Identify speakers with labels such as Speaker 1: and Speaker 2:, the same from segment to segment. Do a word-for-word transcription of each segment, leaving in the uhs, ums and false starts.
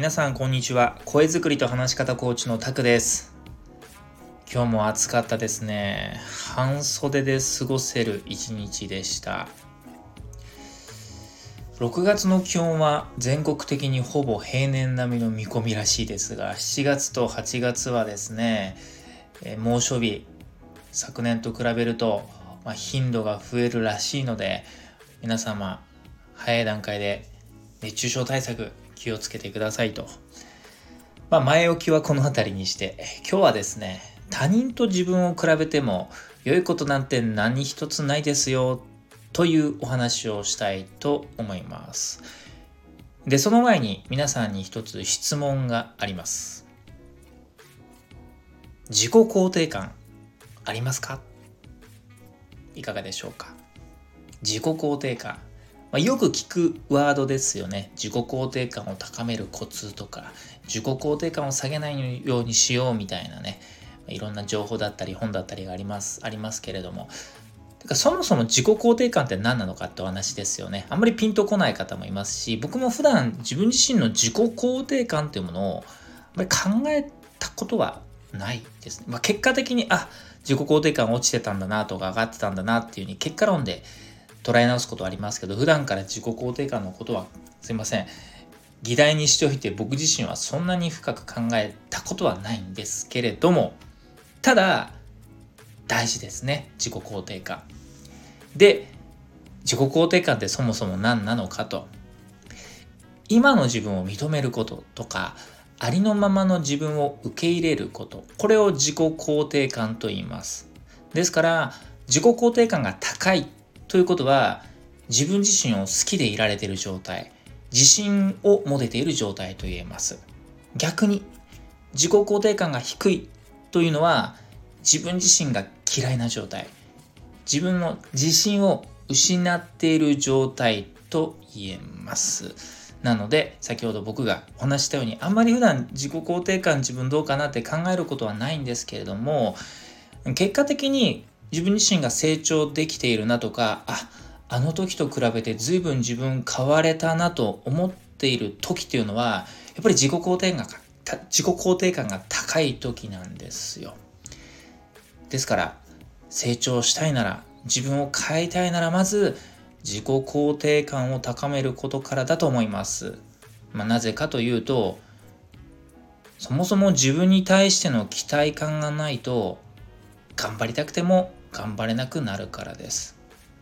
Speaker 1: 皆さんこんにちは。声作りと話し方コーチのタクです。今日も暑かったですね。半袖で過ごせる一日でした。ろくがつの気温は全国的にほぼ平年並みの見込みらしいですが、しちがつとはちがつはですね、え猛暑日、昨年と比べると、まあ、頻度が増えるらしいので、皆様早い段階で熱中症対策気をつけてくださいと。まあ、前置きはこの辺りにして、今日はですね、他人と自分を比べても良いことなんて何一つないですよというお話をしたいと思います。で、その前に皆さんに一つ質問があります。自己肯定感ありますか？いかがでしょうか？自己肯定感、まあ、よく聞くワードですよね。自己肯定感を高めるコツとか、自己肯定感を下げないようにしようみたいなね、いろんな情報だったり本だったりがありますありますけれども、てかそもそも自己肯定感って何なのかってお話ですよね。あんまりピンとこない方もいますし、僕も普段自分自身の自己肯定感っていうものをあんまり考えたことはないですね。まあ、結果的にあ自己肯定感落ちてたんだなとか上がってたんだなっていう風に結果論で捉え直すことはありますけど、普段から自己肯定感のことはすいません議題にしておいて、僕自身はそんなに深く考えたことはないんですけれども、ただ大事ですね、自己肯定感で。自己肯定感ってそもそも何なのかと、今の自分を認めることとか、ありのままの自分を受け入れること、これを自己肯定感と言います。ですから自己肯定感が高いということは、自分自身を好きでいられている状態、自信を持てている状態と言えます。逆に自己肯定感が低いというのは、自分自身が嫌いな状態、自分の自信を失っている状態と言えます。なので先ほど僕がお話したように、あんまり普段自己肯定感自分どうかなって考えることはないんですけれども、結果的に自分自身が成長できているなとか、あ、あの時と比べて随分自分変われたなと思っている時っていうのは、やっぱり自己肯定感が自己肯定感が高い時なんですよ。ですから成長したいなら、自分を変えたいなら、まず自己肯定感を高めることからだと思います。まあ、なぜかというと、そもそも自分に対しての期待感がないと、頑張りたくても頑張れなくなるからです。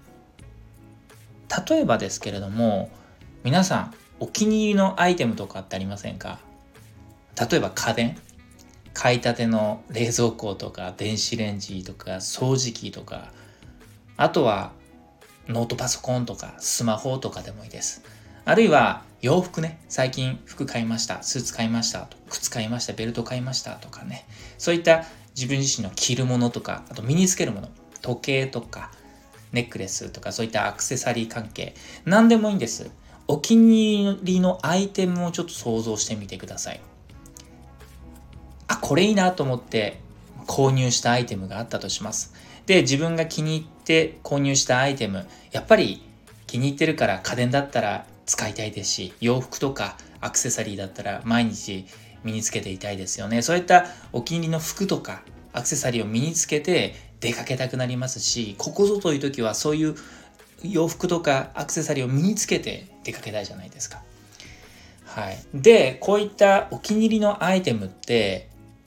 Speaker 1: 例えばですけれども、皆さんお気に入りのアイテムとかってありませんか？例えば家電、買いたての冷蔵庫とか電子レンジとか掃除機とか、あとはノートパソコンとかスマホとかでもいいです。あるいは洋服ね、最近服買いました、スーツ買いましたと、靴買いました、ベルト買いましたとかね、そういった自分自身の着るものとか、あと身につけるもの、時計とかネックレスとか、そういったアクセサリー関係、何でもいいんです。お気に入りのアイテムをちょっと想像してみてください。あ、これいいなと思って購入したアイテムがあったとします。で、自分が気に入って購入したアイテム、やっぱり気に入ってるから、家電だったら使いたいですし、洋服とかアクセサリーだったら毎日身につけていたいですよね。そういったお気に入りの服とかアクセサリーを身につけて出かけたくなりますし、ここぞという時はそういう洋服とかアクセサリーを身につけて出かけたいじゃないですか。はい。で、こういったお気に入りのアイテムって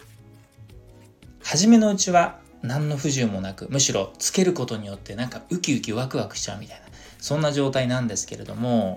Speaker 1: 初めのうちは何の不自由もなく、むしろつけることによってなんかウキウキワクワクしちゃうみたいな、そんな状態なんですけれども、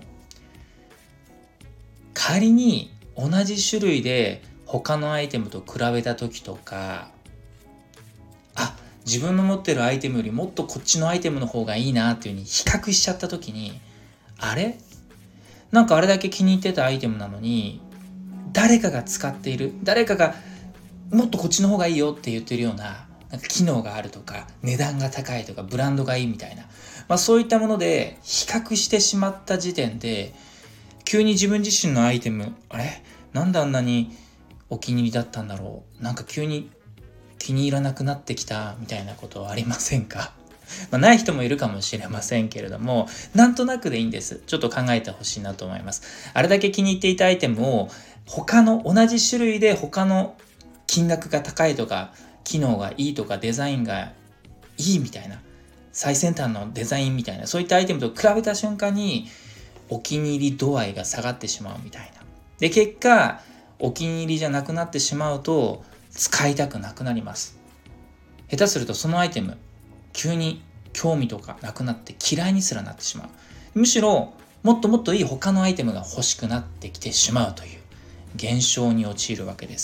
Speaker 1: 仮に同じ種類で他のアイテムと比べた時とか、あ、自分の持ってるアイテムよりもっとこっちのアイテムの方がいいなっていう風に比較しちゃった時に、あれなんかあれだけ気に入ってたアイテムなのに、誰かが使っている、誰かがもっとこっちの方がいいよって言ってるような、なんか機能があるとか値段が高いとかブランドがいいみたいな、まあ、そういったもので比較してしまった時点で、急に自分自身のアイテム、あれなんであんなにお気に入りだったんだろう、なんか急に気に入らなくなってきたみたいなことはありませんか？まあ、ない人もいるかもしれませんけれども、なんとなくでいいんです。ちょっと考えてほしいなと思います。あれだけ気に入っていたアイテムを他の同じ種類で他の金額が高いとか機能がいいとかデザインがいいみたいな、最先端のデザインみたいな、そういったアイテムと比べた瞬間にお気に入り度合いが下がってしまうみたいな。で、結果お気に入りじゃなくなってしまうと使いたくなくなります。下手するとそのアイテム急に興味とかなくなって嫌いにすらなってしまう。むしろもっともっといい他のアイテムが欲しくなってきてしまうという現象に陥るわけです。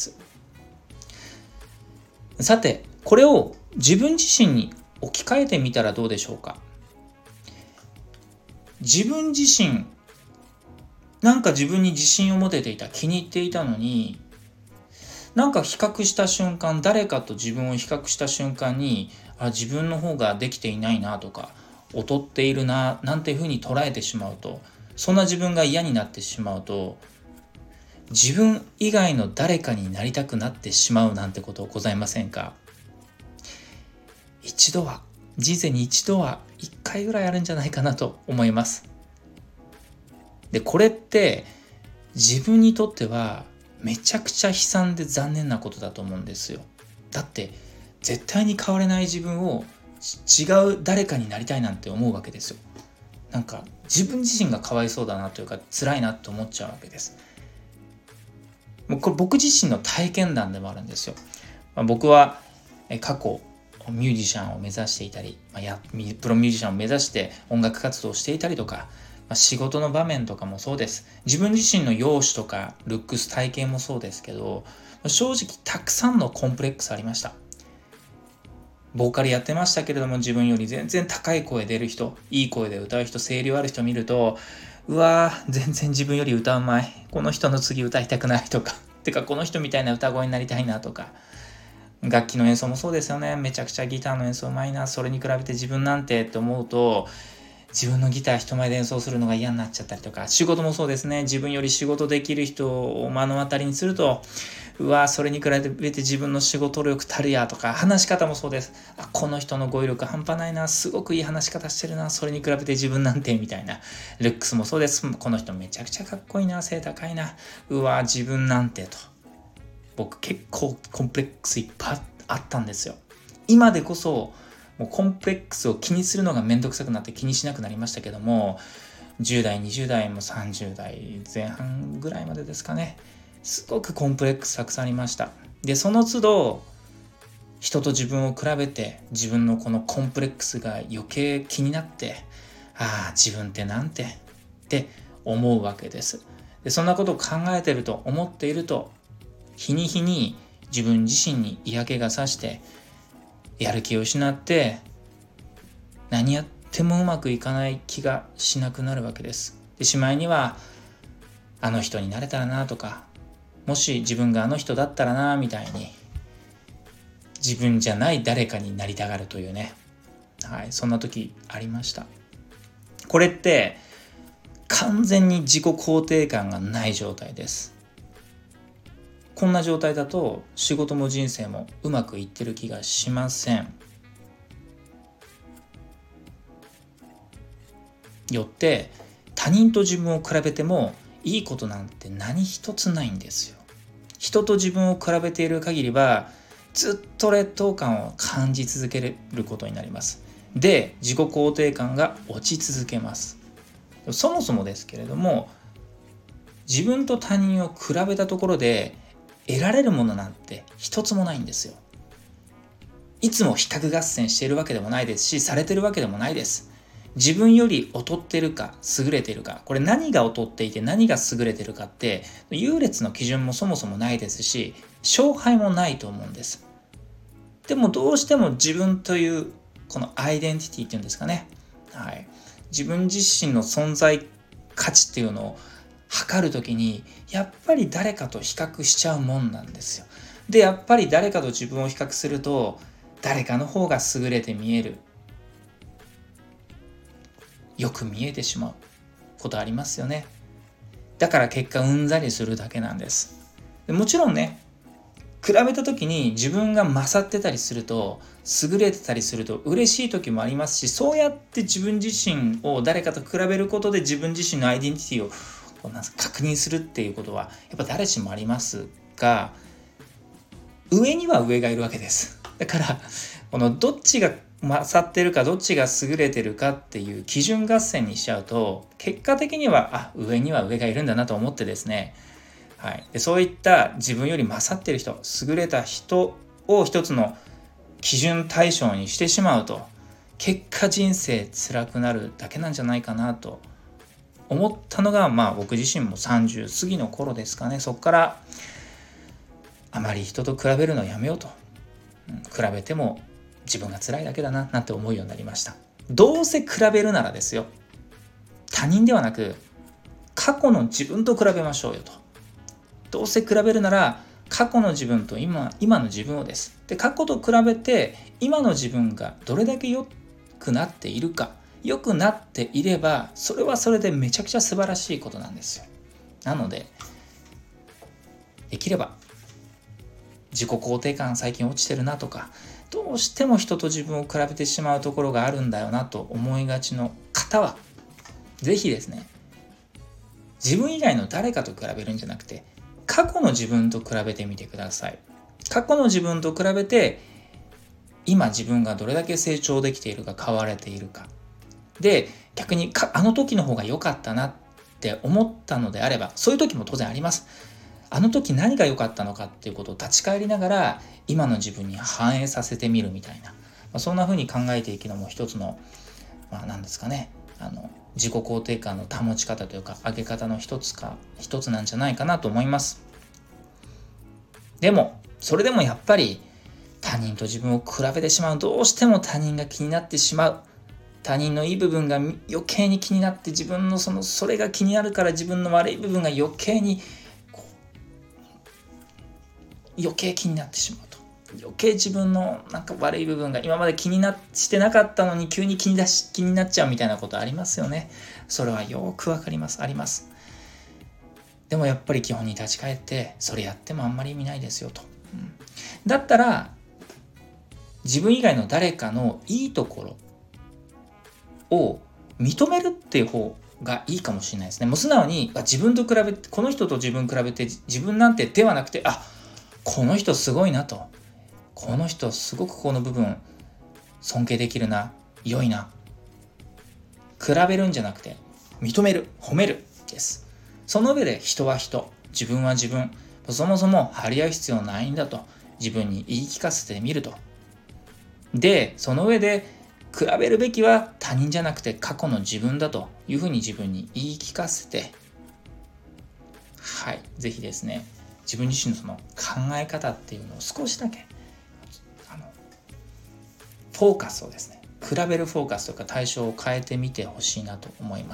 Speaker 1: さて、これを自分自身に置き換えてみたらどうでしょうか。自分自身、なんか自分に自信を持てていた、気に入っていたのに、なんか比較した瞬間、誰かと自分を比較した瞬間に、あ、自分の方ができていないなとか、劣っているな、なんていうふうに捉えてしまうと、そんな自分が嫌になってしまうと、自分以外の誰かになりたくなってしまうなんてことございませんか？一度は、人生に一度は一回ぐらいあるんじゃないかなと思います。で、これって自分にとってはめちゃくちゃ悲惨で残念なことだと思うんですよ。だって絶対に変われない自分を違う誰かになりたいなんて思うわけですよ。なんか自分自身がかわいそうだなというか辛いなと思っちゃうわけです。もうこれ僕自身の体験談でもあるんですよ。まあ、僕は過去ミュージシャンを目指していたり、まあ、やプロミュージシャンを目指して音楽活動をしていたりとか、まあ、仕事の場面とかもそうです。自分自身の容姿とかルックス体型もそうですけど、正直たくさんのコンプレックスありました。ボーカルやってましたけれども、自分より全然高い声出る人、いい声で歌う人、声量ある人見ると、うわー全然自分より歌うまい、この人の次歌いたくないとかてかこの人みたいな歌声になりたいなとか、楽器の演奏もそうですよね。めちゃくちゃギターの演奏うまいな、それに比べて自分なんてって思うと、自分のギター人前で演奏するのが嫌になっちゃったりとか、仕事もそうですね。自分より仕事できる人を目の当たりにすると、うわそれに比べて自分の仕事力たるやとか、話し方もそうです。あ、この人の語彙力半端ないな、すごくいい話し方してるな、それに比べて自分なんてみたいな。ルックスもそうです。この人めちゃくちゃかっこいいな、背高いな、うわ自分なんてと。僕結構コンプレックスいっぱいあったんですよ。今でこそもうコンプレックスを気にするのがめんどくさくなって気にしなくなりましたけども、じゅう代にじゅう代もさんじゅう代前半ぐらいまでですかね、すごくコンプレックスたくさんありました。でその都度人と自分を比べて、自分のこのコンプレックスが余計気になって、ああ自分ってなんてって思うわけです。でそんなことを考えてると思っていると、日に日に自分自身に嫌気がさして、やる気を失って何やってもうまくいかない気がしなくなるわけです。でしまいには、あの人になれたらなとか、もし自分があの人だったらなみたいに、自分じゃない誰かになりたがるというね、はい、そんな時ありました。これって完全に自己肯定感がない状態です。こんな状態だと仕事も人生もうまくいってる気がしません。よって他人と自分を比べてもいいことなんて何一つないんですよ。人と自分を比べている限りはずっと劣等感を感じ続けることになります。で、自己肯定感が落ち続けます。そもそもですけれども、自分と他人を比べたところで得られるものなんて一つもないんですよ。いつも比較合戦しているわけでもないですし、されているわけでもないです。自分より劣っているか優れているか、これ何が劣っていて何が優れているかって優劣の基準もそもそもないですし、勝敗もないと思うんです。でもどうしても自分というこのアイデンティティっていうんですかね、はい、自分自身の存在価値っていうのを測るときにやっぱり誰かと比較しちゃうもんなんですよ。でやっぱり誰かと自分を比較すると誰かの方が優れて見える、よく見えてしまうことありますよね。だから結果うんざりするだけなんです。でもちろんね、比べた時に自分が勝ってたりすると、優れてたりすると嬉しい時もありますし、そうやって自分自身を誰かと比べることで自分自身のアイデンティティをこうなんか確認するっていうことはやっぱ誰しもありますが、上には上がいるわけです。だからこのどっちが勝ってるかどっちが優れてるかっていう基準合戦にしちゃうと、結果的にはあ上には上がいるんだなと思ってですね、はい、でそういった自分より勝ってる人、優れた人を一つの基準対象にしてしまうと、結果人生辛くなるだけなんじゃないかなと思ったのが、まあ僕自身もさんじゅう過ぎの頃ですかね。そこからあまり人と比べるのをやめようと、うん、比べても自分が辛いだけだななんて思うようになりました。どうせ比べるならですよ、他人ではなく過去の自分と比べましょうよと。どうせ比べるなら過去の自分と今、今の自分をです。で、過去と比べて今の自分がどれだけ良くなっているか、良くなっていればそれはそれでめちゃくちゃ素晴らしいことなんですよ。なのでできれば自己肯定感最近落ちてるなとか、どうしても人と自分を比べてしまうところがあるんだよなと思いがちの方は、ぜひですね、自分以外の誰かと比べるんじゃなくて過去の自分と比べてみてください。過去の自分と比べて今自分がどれだけ成長できているか、変われているかで、逆にかあの時の方が良かったなって思ったのであれば、そういう時も当然あります。あの時何が良かったのかっていうことを立ち返りながら今の自分に反映させてみるみたいな、まあ、そんな風に考えていくのも一つの、まあ、何ですかね、あの自己肯定感の保ち方というか上げ方の一つか一つなんじゃないかなと思います。でもそれでもやっぱり他人と自分を比べてしまう、どうしても他人が気になってしまう、他人のいい部分が余計に気になって、自分のそのそれが気になるから自分の悪い部分が余計にこう余計気になってしまうと、余計自分のなんか悪い部分が今まで気になしてなかったのに急に気に出し気になっちゃうみたいなことありますよね。それはよくわかります、あります。でもやっぱり基本に立ち返って、それやってもあんまり意味ないですよと、うん、だったら自分以外の誰かのいいところを認めるっていう方がいいかもしれないですね。もう素直に自分と比べて、この人と自分比べて自分なんてではなくて、あ、この人すごいなと、この人すごくこの部分尊敬できるな、良いな、比べるんじゃなくて認める、褒めるです。その上で人は人、自分は自分、そもそも張り合う必要ないんだと自分に言い聞かせてみると。でその上で比べるべきは他人じゃなくて過去の自分だというふうに自分に言い聞かせて、はい、ぜひですね、自分自身のその考え方っていうのを少しだけあのフォーカスをですね、比べるフォーカスとか対象を変えてみてほしいなと思います。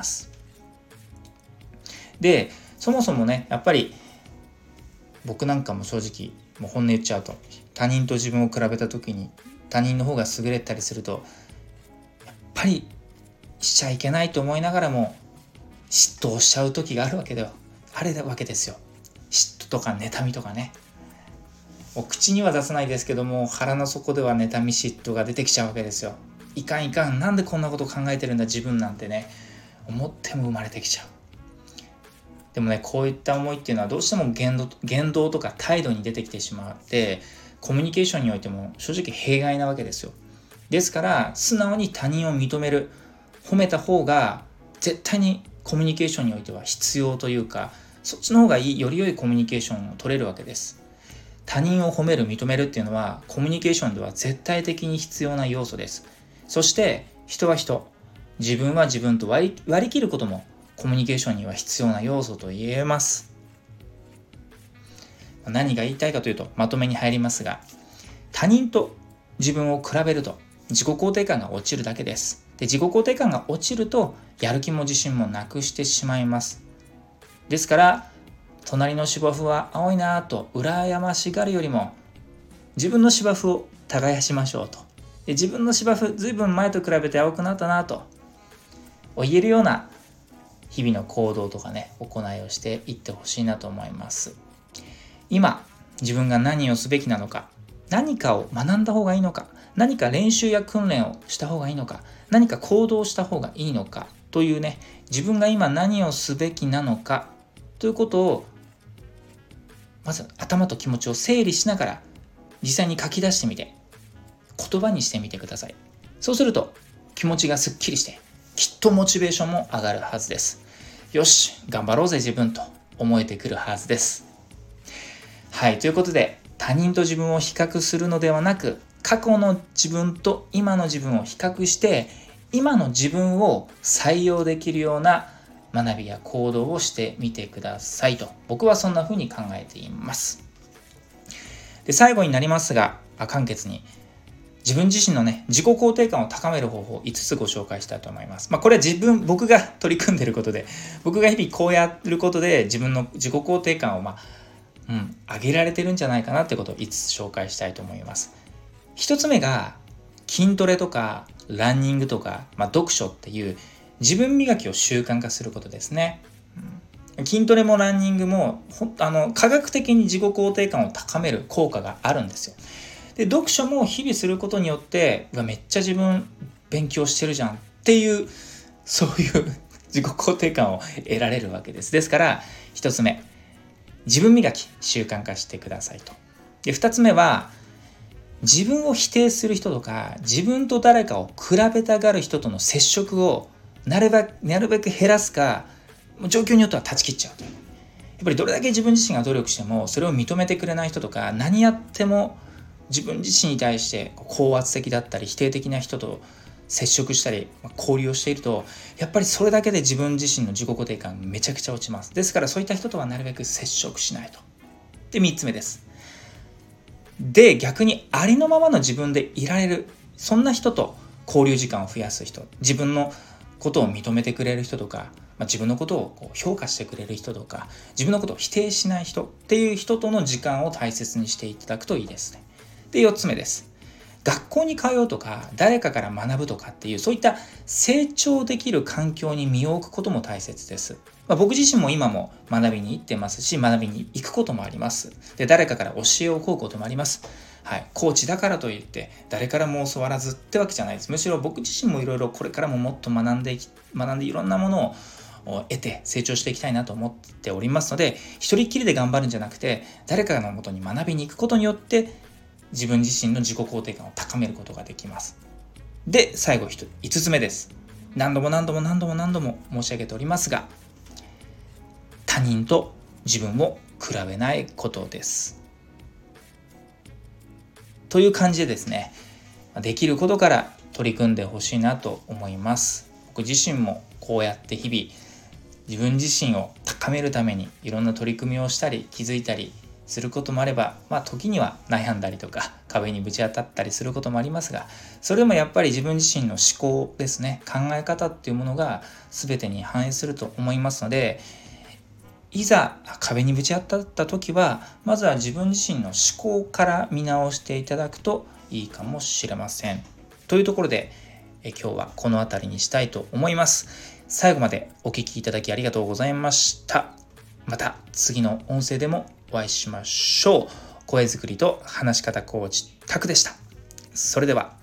Speaker 1: でそもそもね、やっぱり僕なんかも正直もう本音言っちゃうと、他人と自分を比べた時に他人の方が優れたりするとやっぱりしちゃいけないと思いながらも嫉妬をしちゃう時があるわけではあるわけですよ。嫉妬とか妬みとかね、もう口には出さないですけども腹の底では妬み嫉妬が出てきちゃうわけですよ。いかんいかん、なんでこんなこと考えてるんだ自分なんてね、思っても生まれてきちゃう。でもね、こういった思いっていうのはどうしても言動、言動とか態度に出てきてしまって、コミュニケーションにおいても正直弊害なわけですよ。ですから素直に他人を認める、褒めた方が絶対にコミュニケーションにおいては必要というか、そっちの方がいい、より良いコミュニケーションを取れるわけです。他人を褒める、認めるっていうのはコミュニケーションでは絶対的に必要な要素です。そして人は人、自分は自分と割り、割り切ることもコミュニケーションには必要な要素と言えます。何が言いたいかというと、まとめに入りますが、他人と自分を比べると自己肯定感が落ちるだけです。で、自己肯定感が落ちるとやる気も自信もなくしてしまいます。ですから隣の芝生は青いなと羨ましがるよりも、自分の芝生を耕しましょうと。で、自分の芝生ずいぶん前と比べて青くなったなと言えるような日々の行動とかね、行いをしていってほしいなと思います。今自分が何をすべきなのか、何かを学んだ方がいいのか、何か練習や訓練をした方がいいのか、何か行動した方がいいのかというね、自分が今何をすべきなのかということをまず頭と気持ちを整理しながら実際に書き出してみて言葉にしてみてください。そうすると気持ちがすっきりしてきっとモチベーションも上がるはずです。よし頑張ろうぜ自分と思えてくるはずです。はい、ということで他人と自分を比較するのではなく過去の自分と今の自分を比較して今の自分を採用できるような学びや行動をしてみてくださいと僕はそんな風に考えています。で最後になりますが簡潔に自分自身のね自己肯定感を高める方法いつつご紹介したいと思います。まあこれは自分僕が取り組んでいることで僕が日々こうやることで自分の自己肯定感をまあうん、上げられてるんじゃないかなってことをいつつ紹介したいと思います。一つ目が筋トレとかランニングとか、まあ、読書っていう自分磨きを習慣化することですね。うん、筋トレもランニングもほあの科学的に自己肯定感を高める効果があるんですよ。で読書も日々することによってうわめっちゃ自分勉強してるじゃんっていうそういう自己肯定感を得られるわけです。ですから一つ目自分磨き習慣化してくださいと。でふたつめは自分を否定する人とか自分と誰かを比べたがる人との接触をなるべく、なるべく減らすか状況によっては断ち切っちゃうと。やっぱりどれだけ自分自身が努力してもそれを認めてくれない人とか何やっても自分自身に対して高圧的だったり否定的な人と接触したり交流をしているとやっぱりそれだけで自分自身の自己肯定感めちゃくちゃ落ちます。ですからそういった人とはなるべく接触しないと。でみっつめです。で逆にありのままの自分でいられるそんな人と交流時間を増やす人自分のことを認めてくれる人とか、まあ、自分のことをこう評価してくれる人とか自分のことを否定しない人っていう人との時間を大切にしていただくといいですね。でよっつめです。学校に通うとか誰かから学ぶとかっていうそういった成長できる環境に身を置くことも大切です。まあ、僕自身も今も学びに行ってますし学びに行くこともあります。で誰かから教えを請うこともあります。はい、コーチだからといって誰からも教わらずってわけじゃないです。むしろ僕自身もいろいろこれからももっと学んで学んでいろんなものを得て成長していきたいなと思っておりますので一人っきりで頑張るんじゃなくて誰かのもとに学びに行くことによって自分自身の自己肯定感を高めることができます。で最後いつつめです。何度も何度も何度も何度も申し上げておりますが他人と自分を比べないことです。という感じでですねできることから取り組んでほしいなと思います。僕自身もこうやって日々自分自身を高めるためにいろんな取り組みをしたり気づいたりすることもあれば、まあ時には悩んだりとか壁にぶち当たったりすることもありますがそれでもやっぱり自分自身の思考ですね考え方っていうものが全てに反映すると思いますのでいざ壁にぶち当たった時はまずは自分自身の思考から見直していただくといいかもしれません。というところでえ今日はこの辺りにしたいと思います。最後までお聞きいただきありがとうございました。また次の音声でもお会いしましょう。声作りと話し方コーチタクでした。それでは。